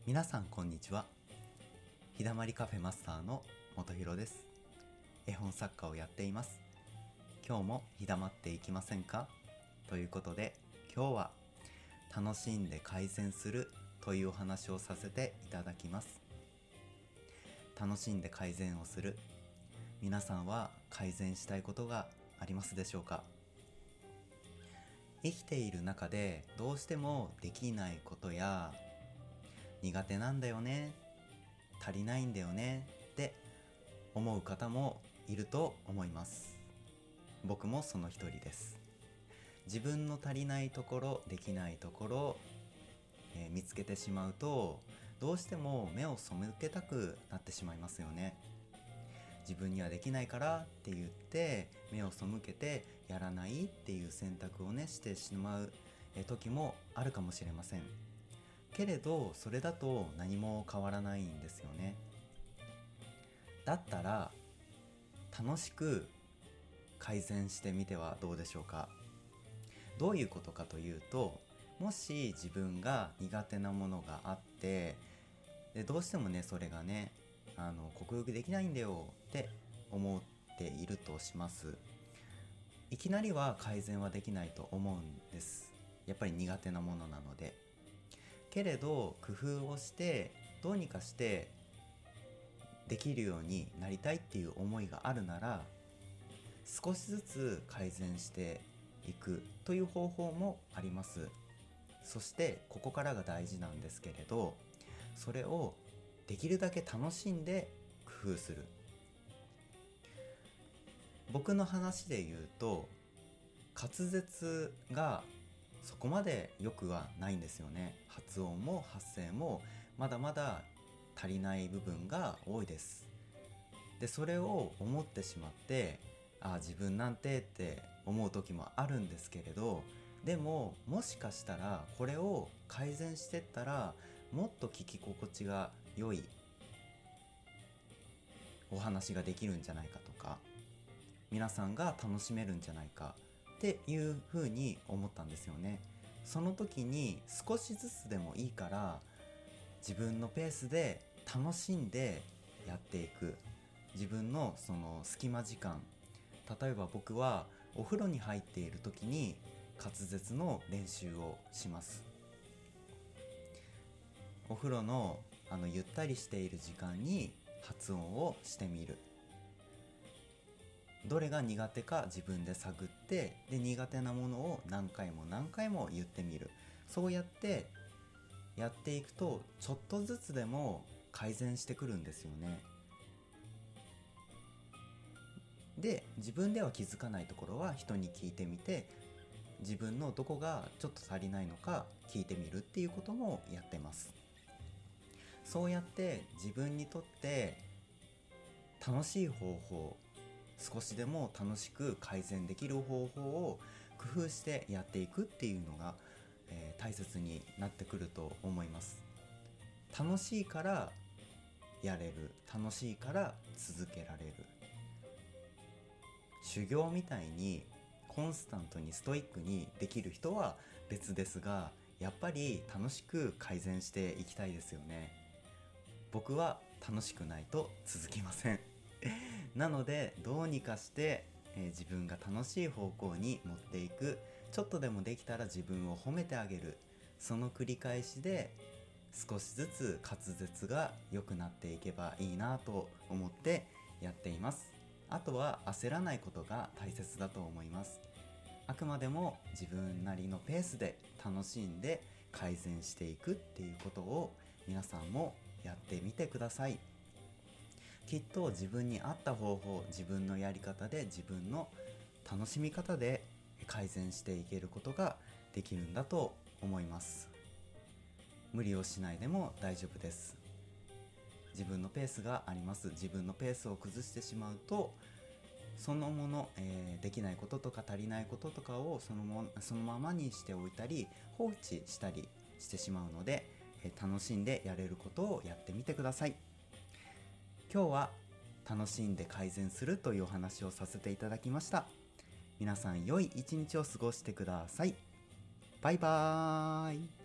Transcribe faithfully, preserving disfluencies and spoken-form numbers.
皆さんこんにちは。日だまりカフェマスターの元弘です。絵本作家をやっています。今日も日だまっていきませんかということで、今日は楽しんで改善するというお話をさせていただきます。楽しんで改善をする、皆さんは改善したいことがありますでしょうか？生きている中でどうしてもできないことや苦手なんだよね、足りないんだよねって思う方もいると思います。僕もその一人です。自分の足りないところ、できないところ、えー見つけてしまうと、どうしても目を背けたくなってしまいますよね。自分にはできないからって言って目を背けてやらないっていう選択をねしてしまうえー時もあるかもしれません。けれどそれだと何も変わらないんですよね。だったら楽しく改善してみてはどうでしょうか？どういうことかというと、もし自分が苦手なものがあって、でどうしてもねそれがねあの克服できないんだよって思っているとします。いきなりは改善はできないと思うんです。やっぱり苦手なものなので。けれど工夫をしてどうにかしてできるようになりたいっていう思いがあるなら、少しずつ改善していくという方法もあります。そしてここからが大事なんですけれど、それをできるだけ楽しんで工夫する。僕の話で言うと、滑舌がそこまで良くはないんですよね。発音も発声もまだまだ足りない部分が多いです。でそれを思ってしまって、ああ自分なんてって思う時もあるんですけれど、でももしかしたらこれを改善してったらもっと聞き心地が良いお話ができるんじゃないかとか、皆さんが楽しめるんじゃないかっていうふうに思ったんですよね。その時に少しずつでもいいから自分のペースで楽しんでやっていく。自分のその隙間時間、例えば僕はお風呂に入っている時に滑舌の練習をします。お風呂のあのゆったりしている時間に発音をしてみる。どれが苦手か自分で探って、で苦手なものを何回も何回も言ってみる。そうやってやっていくとちょっとずつでも改善してくるんですよね。で自分では気づかないところは人に聞いてみて、自分のどこがちょっと足りないのか聞いてみるっていうこともやってます。そうやって自分にとって楽しい方法、少しでも楽しく改善できる方法を工夫してやっていくっていうのが、えー大切になってくると思います。楽しいからやれる、楽しいから続けられる。修行みたいにコンスタントにストイックにできる人は別ですが、やっぱり楽しく改善していきたいですよね。僕は楽しくないと続きません。なのでどうにかして、えー自分が楽しい方向に持っていく。ちょっとでもできたら自分を褒めてあげる。その繰り返しで少しずつ滑舌が良くなっていけばいいなと思ってやっています。あとは焦らないことが大切だと思います。あくまでも自分なりのペースで楽しんで改善していくっていうことを皆さんもやってみてください。きっと自分に合った方法、自分のやり方で自分の楽しみ方で改善していけることができるんだと思います。無理をしないでも大丈夫です。自分のペースがあります。自分のペースを崩してしまうと、そのもの、えーできないこととか足りないこととかをそのもそのままにしておいたり放置したりしてしまうので、えー楽しんでやれることをやってみてください。今日は楽しんで改善するというお話をさせていただきました。皆さん良い一日を過ごしてください。バイバーイ。